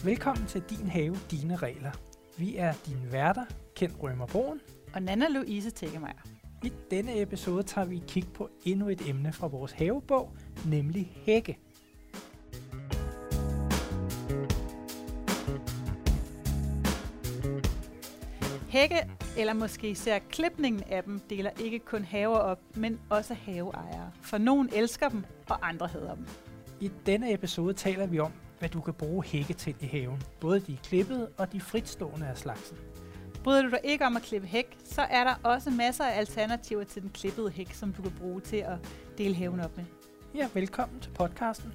Velkommen til Din Have, Dine Regler. Vi er dine værter, Kent Rømer Broen og Nanna Louise Teggemeier. I denne episode tager vi et kig på endnu et emne fra vores havebog, nemlig hække. Hække, eller måske især klipningen af dem, deler ikke kun haver op, men også haveejere. For nogen elsker dem, og andre hader dem. I denne episode taler vi om, hvad du kan bruge hække til i haven. Både de klippede og de fritstående af slagsen. Bryder du dig ikke om at klippe hæk, så er der også masser af alternativer til den klippede hæk, som du kan bruge til at dele haven op med. Ja, velkommen til podcasten.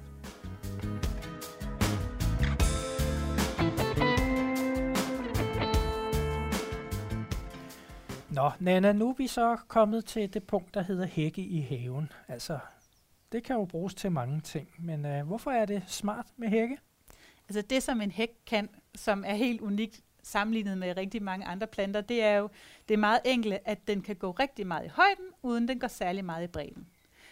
Nå, Nana, nu er vi så kommet til det punkt, der hedder hække i haven. Altså, det kan jo bruges til mange ting, men hvorfor er det smart med hække? Altså det, som en hæk kan, som er helt unikt sammenlignet med rigtig mange andre planter, det er jo det er meget enkelt, at den kan gå rigtig meget i højden, uden den går særlig meget i bredden.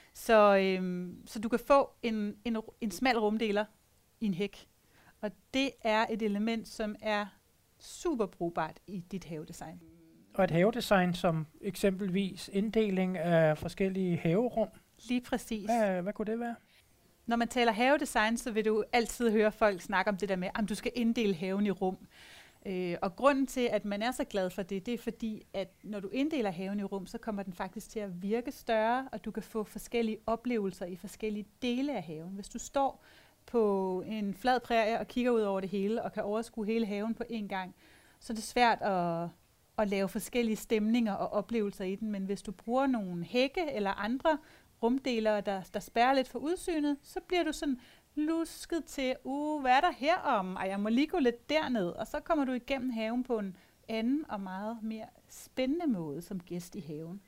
Så du kan få en smal rumdeler i en hæk, og det er et element, som er super brugbart i dit havedesign. Og et havedesign som eksempelvis inddeling af forskellige haverum. Lige præcis. Hvad kunne det være? Når man taler havedesign, så vil du altid høre folk snakke om det der med, at du skal inddele haven i rum. Og grunden til, at man er så glad for det, det er fordi, at når du inddeler haven i rum, så kommer den faktisk til at virke større, og du kan få forskellige oplevelser i forskellige dele af haven. Hvis du står på en flad prærie og kigger ud over det hele, og kan overskue hele haven på én gang, så er det svært at lave forskellige stemninger og oplevelser i den. Men hvis du bruger nogle hække eller andre rumdelere, der spærrer lidt for udsynet, så bliver du sådan lusket til, hvad er der herom? Ej, jeg må lige gå lidt derned. Og så kommer du igennem haven på en anden og meget mere spændende måde som gæst i haven.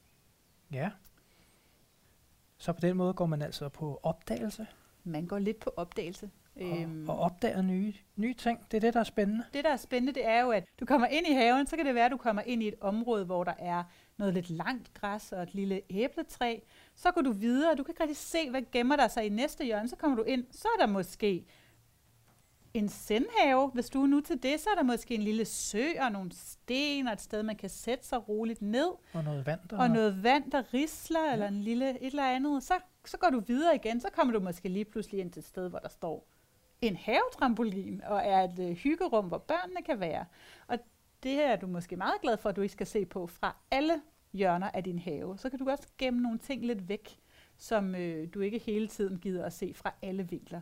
Ja. Så på den måde går man altså på opdagelse? Man går lidt på opdagelse. Og opdager nye ting. Det er det, der er spændende. Det, der er spændende, det er jo, at du kommer ind i haven, så kan det være, at du kommer ind i et område, hvor der er noget lidt langt græs og et lille æbletræ. Så går du videre, du kan ikke rigtig se, hvad gemmer der sig i næste hjørne. Så kommer du ind, så er der måske en sendhave. Hvis du er nu til det, så er der måske en lille sø og nogle sten og et sted, man kan sætte sig roligt ned. Og noget vand, der risler, eller en lille et eller andet. Så går du videre igen, så kommer du måske lige pludselig ind til et sted, hvor der står en havetrampolin, og er et hyggerum, hvor børnene kan være. Og det er du måske meget glad for, at du ikke skal se på fra alle hjørner af din have. Så kan du også gemme nogle ting lidt væk, som du ikke hele tiden gider at se fra alle vinkler.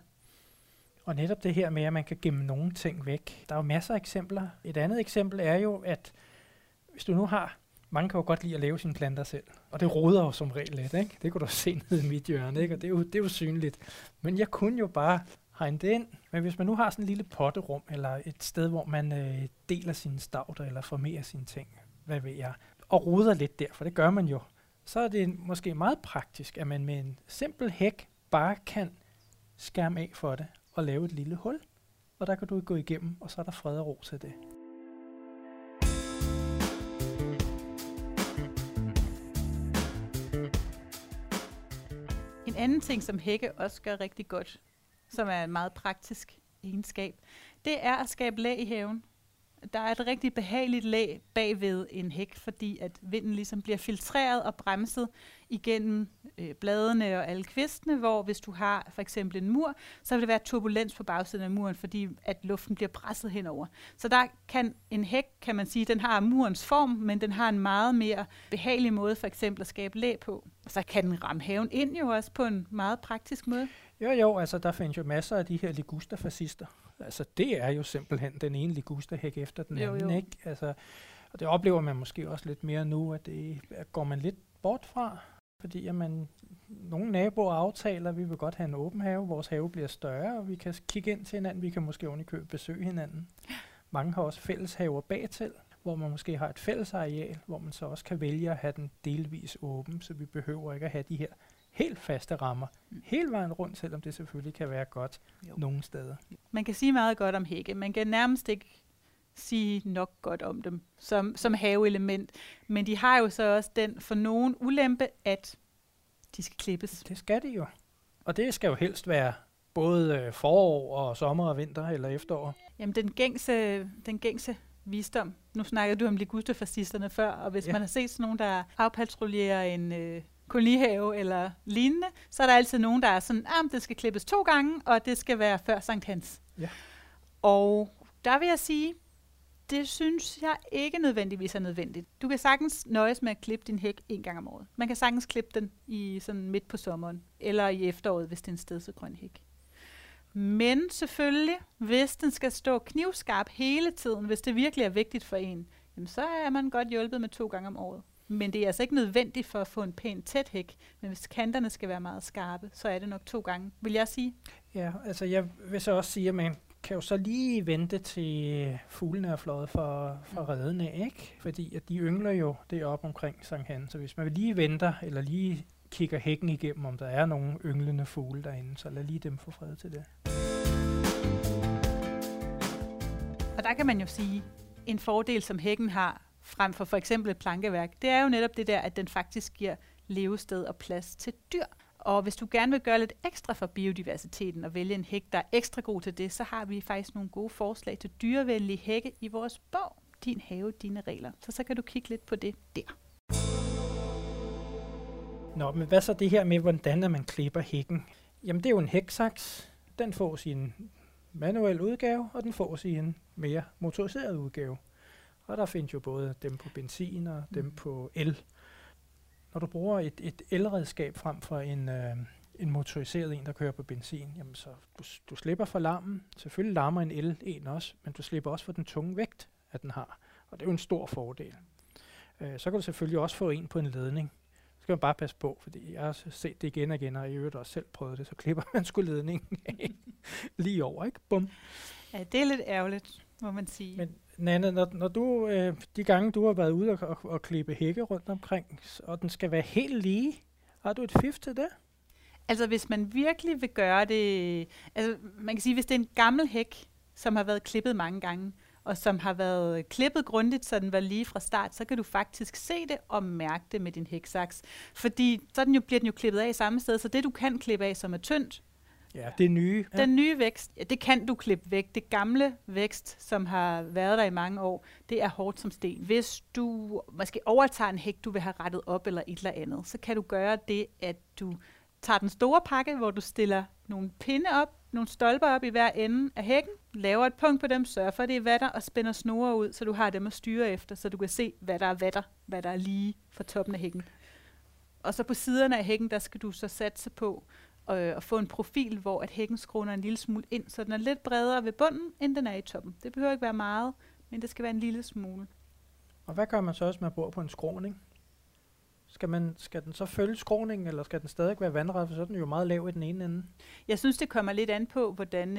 Og netop det her med, at man kan gemme nogle ting væk. Der er jo masser af eksempler. Et andet eksempel er jo, at hvis du nu har, mange kan jo godt lide at lave sine planter selv, og det roder jo som regel lidt, ikke? Det kunne du se ned i mit hjørne, ikke? Og det er jo synligt. Men jeg kunne jo bare hegne det ind. Men hvis man nu har sådan en lille potterum, eller et sted, hvor man deler sine stauder, eller formerer sine ting, hvad ved jeg, og roder lidt der, for det gør man jo, så er det måske meget praktisk, at man med en simpel hæk bare kan skærme af for det, og lave et lille hul, og der kan du gå igennem, og så er der fred og ro til det. En anden ting, som hække også gør rigtig godt, som er en meget praktisk egenskab, det er at skabe lag i haven. Der er et rigtig behageligt lag bagved en hæk, fordi at vinden ligesom bliver filtreret og bremset igennem bladene og alle kvistene, hvor hvis du har for eksempel en mur, så vil det være turbulens på bagsiden af muren, fordi at luften bliver presset henover. Så der kan en hæk, kan man sige, den har murens form, men den har en meget mere behagelig måde for eksempel at skabe lag på. Og så kan den ramme haven ind jo også på en meget praktisk måde. Jo, altså der findes jo masser af de her ligusterfascister. Altså det er jo simpelthen den ene ligusterhæk efter den anden, ikke? Altså, og det oplever man måske også lidt mere nu, at det går man lidt bort fra, fordi at nogle naboer aftaler, at vi vil godt have en åben have, vores have bliver større, og vi kan kigge ind til hinanden, vi kan måske ovenikøbet besøge hinanden. Mange har også fælleshaver bagtil, hvor man måske har et fælles areal, hvor man så også kan vælge at have den delvis åben, så vi behøver ikke at have de her helt faste rammer hele vejen rundt, selvom det selvfølgelig kan være godt nogle steder. Man kan sige meget godt om hække. Man kan nærmest ikke sige nok godt om dem som haveelement. Men de har jo så også den for nogen ulempe, at de skal klippes. Det skal de jo. Og det skal jo helst være både forår og sommer og vinter eller efterår? Jamen den gængse visdom. Nu snakkede du om ligusterfascisterne før, og hvis man har set sådan nogen, der afpatruljerer en kolonihave eller lignende, så er der altid nogen, der er sådan, det skal klippes 2 gange, og det skal være før Sankt Hans. Ja. Og der vil jeg sige, det synes jeg ikke nødvendigvis er nødvendigt. Du kan sagtens nøjes med at klippe din hæk 1 gang om året. Man kan sagtens klippe den i sådan midt på sommeren, eller i efteråret, hvis det er en stedsegrøn hæk. Men selvfølgelig, hvis den skal stå knivskarp hele tiden, hvis det virkelig er vigtigt for en, jamen så er man godt hjulpet med 2 gange om året. Men det er altså ikke nødvendigt for at få en pæn tæt hæk. Men hvis kanterne skal være meget skarpe, så er det nok 2 gange, vil jeg sige. Ja, altså jeg vil så også sige, at man kan jo så lige vente til fuglene er fløjet fra reden af, ikke? Fordi at de yngler jo deroppe omkring Sankt Hans. Så hvis man lige venter, eller lige kigger hækken igennem, om der er nogle ynglende fugle derinde, så lad lige dem få fred til det. Og der kan man jo sige, en fordel, som hækken har, frem for eksempel et plankeværk, det er jo netop det der, at den faktisk giver levested og plads til dyr. Og hvis du gerne vil gøre lidt ekstra for biodiversiteten og vælge en hæk, der er ekstra god til det, så har vi faktisk nogle gode forslag til dyrevenlige hække i vores bog, Din have, dine regler. Så kan du kigge lidt på det der. Nå, men hvad så det her med, hvordan man klipper hækken? Jamen det er jo en hæksaks. Den fås i en manuel udgave, og den fås i en mere motoriseret udgave. Og der findes jo både dem på benzin og dem på el. Når du bruger et elredskab frem for en motoriseret en, der kører på benzin, jamen så du slipper for larmen. Selvfølgelig larmer en el-en også, men du slipper også for den tunge vægt, at den har. Og det er jo en stor fordel. Så kan du selvfølgelig også få en på en ledning. Så skal man bare passe på, fordi jeg har set det igen og igen, og i øvrigt også selv prøvet det, så klipper man sgu ledningen af lige over, ikke? Bum. Ja, det er lidt ærgerligt, må man sige. Men Nanne, når du, de gange du har været ude og klippe hække rundt omkring, og den skal være helt lige, har du et fif til det? Altså hvis man virkelig vil gøre det, altså man kan sige, hvis det er en gammel hæk, som har været klippet mange gange, og som har været klippet grundigt, så den var lige fra start, så kan du faktisk se det og mærke det med din hæksaks. Fordi så bliver den jo klippet af samme sted, så det du kan klippe af, som er tyndt, ja, det nye. Ja. Den nye vækst, ja, det kan du klippe væk. Det gamle vækst, som har været der i mange år, det er hårdt som sten. Hvis du måske overtager en hæk, du vil have rettet op eller et eller andet, så kan du gøre det, at du tager den store pakke, hvor du stiller nogle pinde op, nogle stolper op i hver ende af hækken, laver et punkt på dem, sørger for, at det er vatter, og spænder snore ud, så du har dem at styre efter, så du kan se, hvad der er vatter, hvad der er lige fra toppen af hækken. Og så på siderne af hækken, der skal du så satse på at få en profil, hvor at hækken skråner en lille smule ind, så den er lidt bredere ved bunden, end den er i toppen. Det behøver ikke være meget, men det skal være en lille smule. Og hvad gør man så, hvis man bor på en skråning? Skal den så følge skråningen, eller skal den stadig være vandret, for så er den jo meget lav i den ene ende? Jeg synes, det kommer lidt an på, hvordan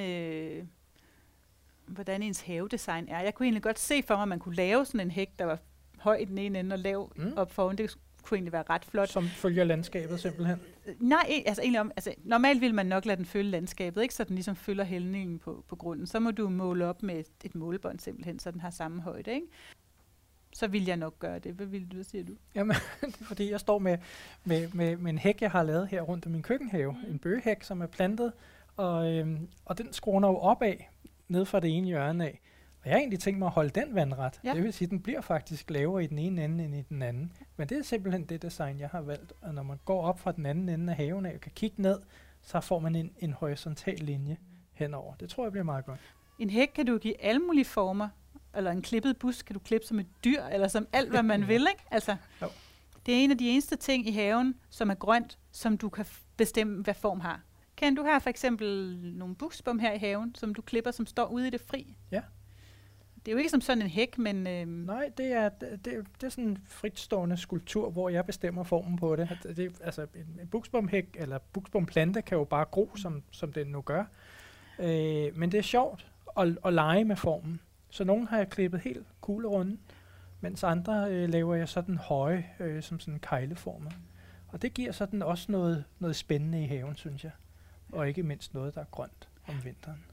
ens havedesign er. Jeg kunne egentlig godt se for mig, at man kunne lave sådan en hæk, der var høj i den ene ende og lav op foran. Det kunne egentlig være ret flot. Som følger landskabet simpelthen? Nej, normalt vil man nok lade den følge landskabet, ikke, så den ligesom følger hældningen på grunden. Så må du måle op med et målebånd simpelthen, så den har samme højde, ikke? Så vil jeg nok gøre det. Hvad siger du? Jamen, fordi jeg står med en hæk, jeg har lavet her rundt om min køkkenhave. En bøgehæk, som er plantet, og den skråner jo opad, ned fra det ene hjørne af. Og jeg har egentlig tænkt mig at holde den vandret. Ja. Det vil sige, at den bliver faktisk lavere i den ene ende end i den anden. Men det er simpelthen det design, jeg har valgt. Og når man går op fra den anden ende af haven af og kan kigge ned, så får man en horisontal linje henover. Det tror jeg bliver meget godt. En hæk kan du give alle mulige former. Eller en klippet bus kan du klippe som et dyr, eller som alt, hvad man vil, ikke? Altså, det er en af de eneste ting i haven, som er grønt, som du kan bestemme, hvad form har. Kan du have for eksempel nogle buksbom her i haven, som du klipper, som står ude i det fri? Ja. Det er jo ikke som sådan en hæk, men... Nej, det er sådan en fritstående skulptur, hvor jeg bestemmer formen på det. Altså en buksbomhæk eller buksbomplante kan jo bare gro, som den nu gør. Men det er sjovt at lege med formen. Så nogle har jeg klippet helt kuglerunde, mens andre laver jeg sådan høje, som sådan kejleformer. Og det giver sådan også noget spændende i haven, synes jeg. Og ikke mindst noget, der er grønt om vinteren.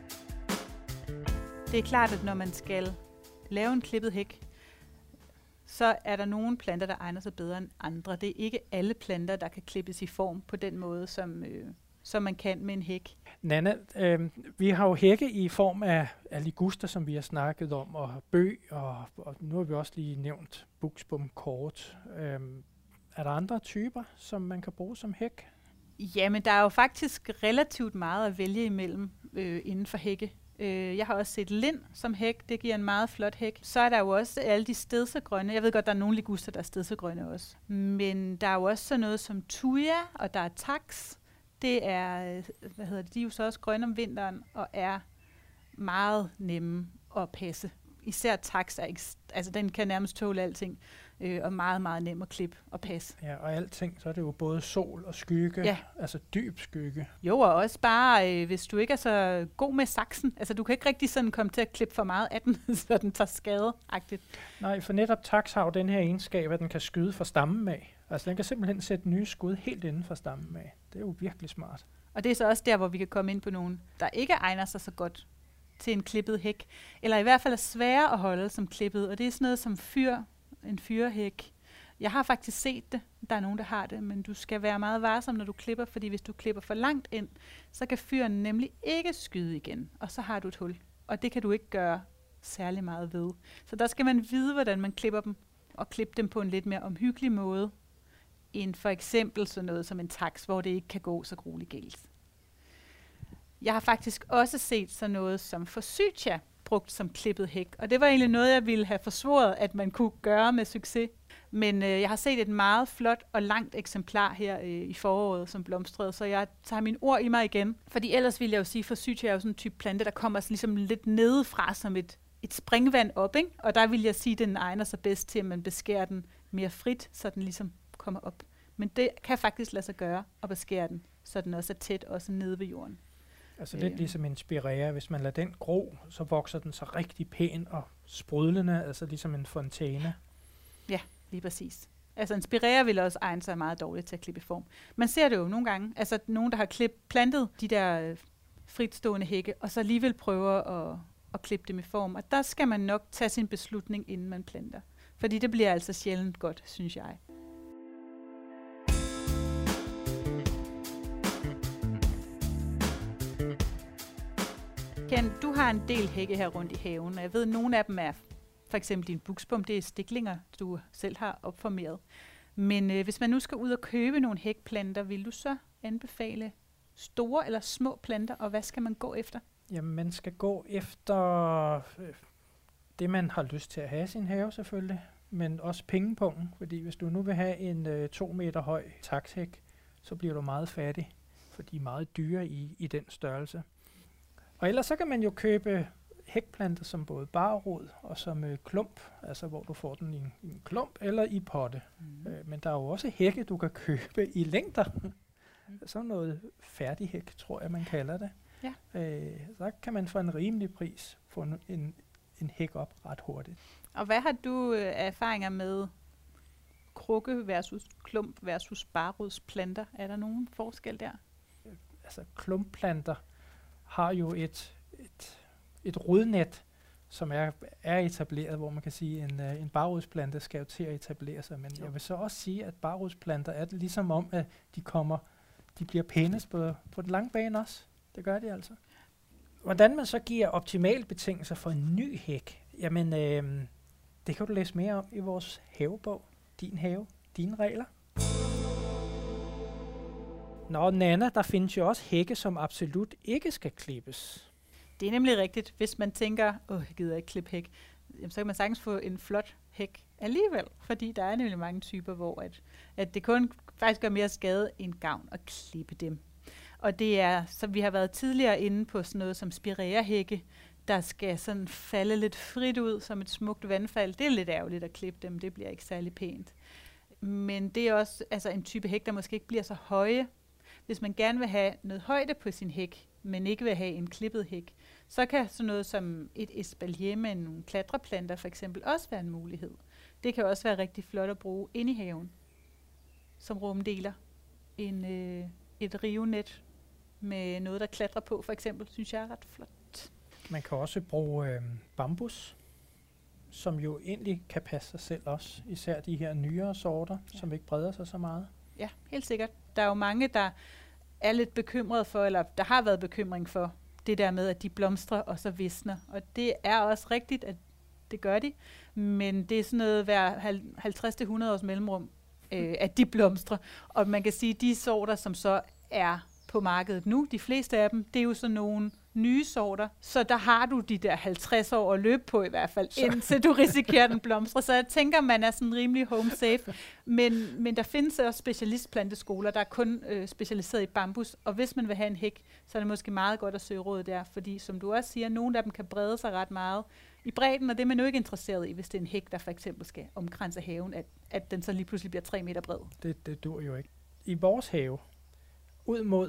Det er klart, at når man skal lave en klippet hæk, så er der nogle planter, der egner sig bedre end andre. Det er ikke alle planter, der kan klippes i form på den måde, som man kan med en hæk. Nanna, vi har jo hække i form af liguster, som vi har snakket om, og bøg, og nu har vi også lige nævnt buksbom kort. Er der andre typer, som man kan bruge som hæk? Jamen, der er jo faktisk relativt meget at vælge imellem inden for hække. Jeg har også set lind som hæk. Det giver en meget flot hæk. Så er der jo også alle de stedsegrønne. Jeg ved godt, der er nogle liguster, der er stedsegrønne også. Men der er jo også sådan noget som thuja, og der er tax. Det er, de er jo så også grønne om vinteren, og er meget nemme at passe. Især tax altså den kan nærmest tåle alting, og meget, meget nem at klippe og passe. Ja, og alting, så er det jo både sol og skygge, altså dyb skygge. Jo, og også bare, hvis du ikke er så god med saksen, altså du kan ikke rigtig sådan komme til at klippe for meget af den, så den tager skade-agtigt. Nej, for netop tax har jo den her egenskab, at den kan skyde fra stammen af. Altså den kan simpelthen sætte nye skud helt inden for stammen af. Det er jo virkelig smart. Og det er så også der, hvor vi kan komme ind på nogen, der ikke egner sig så godt til en klippet hæk, eller i hvert fald er svære at holde som klippet, og det er sådan noget som en fyrehæk. Jeg har faktisk set det, der er nogen, der har det, men du skal være meget varsom, når du klipper, fordi hvis du klipper for langt ind, så kan fyren nemlig ikke skyde igen, og så har du et hul, og det kan du ikke gøre særlig meget ved. Så der skal man vide, hvordan man klipper dem, og klippe dem på en lidt mere omhyggelig måde, end for eksempel sådan noget som en tax, hvor det ikke kan gå så grueligt galt. Jeg har faktisk også set sådan noget som forsytia brugt som klippet hæk, og det var egentlig noget, jeg ville have forsvoret, at man kunne gøre med succes. Men jeg har set et meget flot og langt eksemplar her i foråret, som blomstrede, så jeg tager mine ord i mig igen. Fordi ellers vil jeg jo sige, at forsytia er jo sådan en type plante, der kommer ligesom lidt nedefra som et springvand op, ikke? Og der vil jeg sige, at den egner sig bedst til, at man beskærer den mere frit, så den ligesom kommer op. Men det kan faktisk lade sig gøre at beskære den, så den også er tæt, også nede ved jorden. Altså lidt ligesom en spirea. Hvis man lader den gro, så vokser den så rigtig pæn og sprudlende, altså ligesom en fontæne. Ja, lige præcis. Altså en spirea vil også egne sig meget dårligt til at klippe i form. Man ser det jo nogle gange, altså nogen, der har plantet de der fritstående hække, og så alligevel prøver at klippe dem i form. Og der skal man nok tage sin beslutning, inden man planter. Fordi det bliver altså sjældent godt, synes jeg. Ken, du har en del hække her rundt i haven, og jeg ved, at nogle af dem er for eksempel din buksbom, det er stiklinger, du selv har opformeret. Men hvis man nu skal ud og købe nogle hækplanter, vil du så anbefale store eller små planter, og hvad skal man gå efter? Jamen, man skal gå efter det, man har lyst til at have i sin have selvfølgelig, men også pengepungen, fordi hvis du nu vil have en 2 meter høj taxhæk, så bliver du meget fattig, for de er meget dyre i den størrelse. Og ellers så kan man jo købe hækplanter som både barrod og som klump, altså hvor du får den i en klump eller i potte. Men der er jo også hække, du kan købe i længder. Sådan noget færdighæk, tror jeg, man kalder det. Ja. Så kan man for en rimelig pris få en hæk op ret hurtigt. Og hvad har du erfaringer med krukke versus klump versus barrodsplanter? Er der nogen forskel der? Altså klumpplanter har jo et rodnet, som er etableret, hvor man kan sige, en barrodsplante skal jo til at etablere sig. Men jeg vil så også sige, at barrodsplanter er det ligesom om, at de bliver pænest på den lange bane også. Det gør de altså. Hvordan man så giver optimale betingelser for en ny hæk, jamen det kan du læse mere om i vores havebog. Din have, dine regler. Nå, Nanna, der findes jo også hække, som absolut ikke skal klippes. Det er nemlig rigtigt. Hvis man tænker, jeg gider ikke klippe hæk, jamen, så kan man sagtens få en flot hæk alligevel. Fordi der er nemlig mange typer, hvor at det kun faktisk gør mere skade end gavn at klippe dem. Og det er, som vi har været tidligere inde på, sådan noget som spirea-hække, der skal sådan falde lidt frit ud som et smukt vandfald. Det er lidt ærgerligt at klippe dem, det bliver ikke særlig pænt. Men det er også altså en type hæk, der måske ikke bliver så høje. Hvis man gerne vil have noget højde på sin hæk, men ikke vil have en klippet hæk, så kan sådan noget som et espalier med nogle klatreplanter for eksempel også være en mulighed. Det kan også være rigtig flot at bruge inde i haven, som rumdeler. Et rivenet med noget, der klatrer på for eksempel, synes jeg er ret flot. Man kan også bruge bambus som jo egentlig kan passe sig selv også. Især de her nyere sorter, som ikke breder sig så meget. Ja, helt sikkert. Der er jo mange, der er lidt bekymrede for, eller der har været bekymring for, det der med, at de blomstrer og så visner. Og det er også rigtigt, at det gør de. Men det er sådan noget hver 50-100 års mellemrum, at de blomstrer. Og man kan sige, at de sorter, som så er på markedet nu, de fleste af dem, det er jo sådan nogle nye sorter, så der har du de der 50 år at løbe på i hvert fald, indtil du risikerer den blomstre. Så jeg tænker, man er sådan rimelig home safe. Men der findes også specialistplanteskoler, der er kun specialiseret i bambus, og hvis man vil have en hæk, så er det måske meget godt at søge råd der, fordi som du også siger, nogle af dem kan brede sig ret meget i bredden, og det er man jo ikke interesseret i, hvis det er en hæk, der for eksempel skal omkranse haven, at den så lige pludselig bliver 3 meter bred. Det dur jo ikke. I vores have, ud mod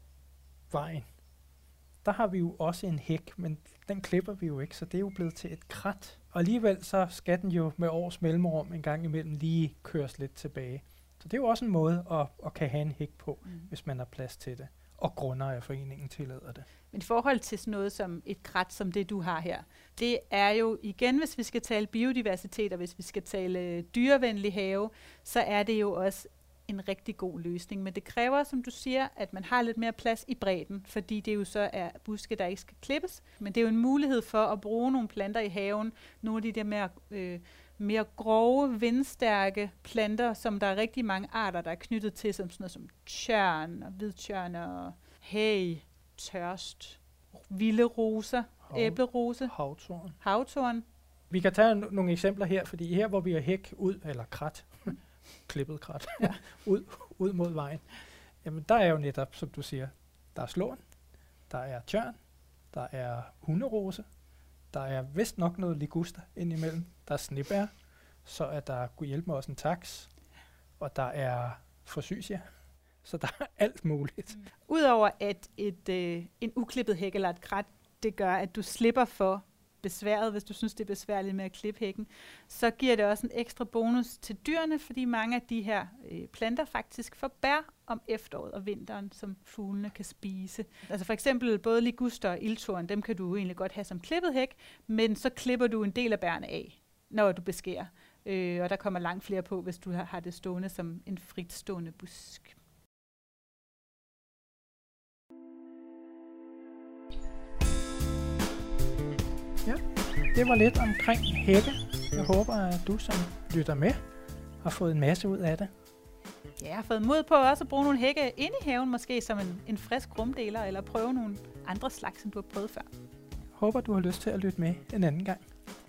vejen, der har vi jo også en hæk, men den klipper vi jo ikke, så det er jo blevet til et krat. Og alligevel så skal den jo med års mellemrum en gang imellem lige køres lidt tilbage. Så det er jo også en måde at kan have en hæk på, hvis man har plads til det. Og grundejerforeningen tillader det. Men i forhold til sådan noget som et krat, som det du har her, det er jo igen, hvis vi skal tale biodiversitet, og hvis vi skal tale dyrevenlig have, så er det jo også en rigtig god løsning. Men det kræver, som du siger, at man har lidt mere plads i bredden, fordi det jo så er buske, der ikke skal klippes. Men det er jo en mulighed for at bruge nogle planter i haven, nogle af de der mere grove, vindstærke planter, som der er rigtig mange arter, der er knyttet til, som sådan noget som tjørn og hvidtjørn og hæg, tørst, vilde roser, æblerose, havtorn. Vi kan tage nogle eksempler her, fordi her, hvor vi har hæk ud, eller krat, klippet krat, ud mod vejen, jamen der er jo netop, som du siger, der er slåen, der er tjørn, der er hunderose, der er vist nok noget liguster indimellem, der er snebær, så er der, kunne hjælpe mig også en taks, og der er forsysia, så der er alt muligt. Udover at en uklippet hæk eller et krat, det gør, at du slipper for besværet, hvis du synes, det er besværligt med at klippe hækken, så giver det også en ekstra bonus til dyrene, fordi mange af de her planter faktisk får bær om efteråret og vinteren, som fuglene kan spise. Altså for eksempel både liguster og ildtorn, dem kan du egentlig godt have som klippet hæk, men så klipper du en del af bærene af, når du beskærer. Og der kommer langt flere på, hvis du har det stående som en fritstående busk. Ja, det var lidt omkring hække. Jeg håber, at du, som lytter med, har fået en masse ud af det. Ja, jeg har fået mod på også at bruge nogle hække inde i haven, måske som en frisk rumdeler, eller prøve nogle andre slags, som du har prøvet før. Håber, du har lyst til at lytte med en anden gang.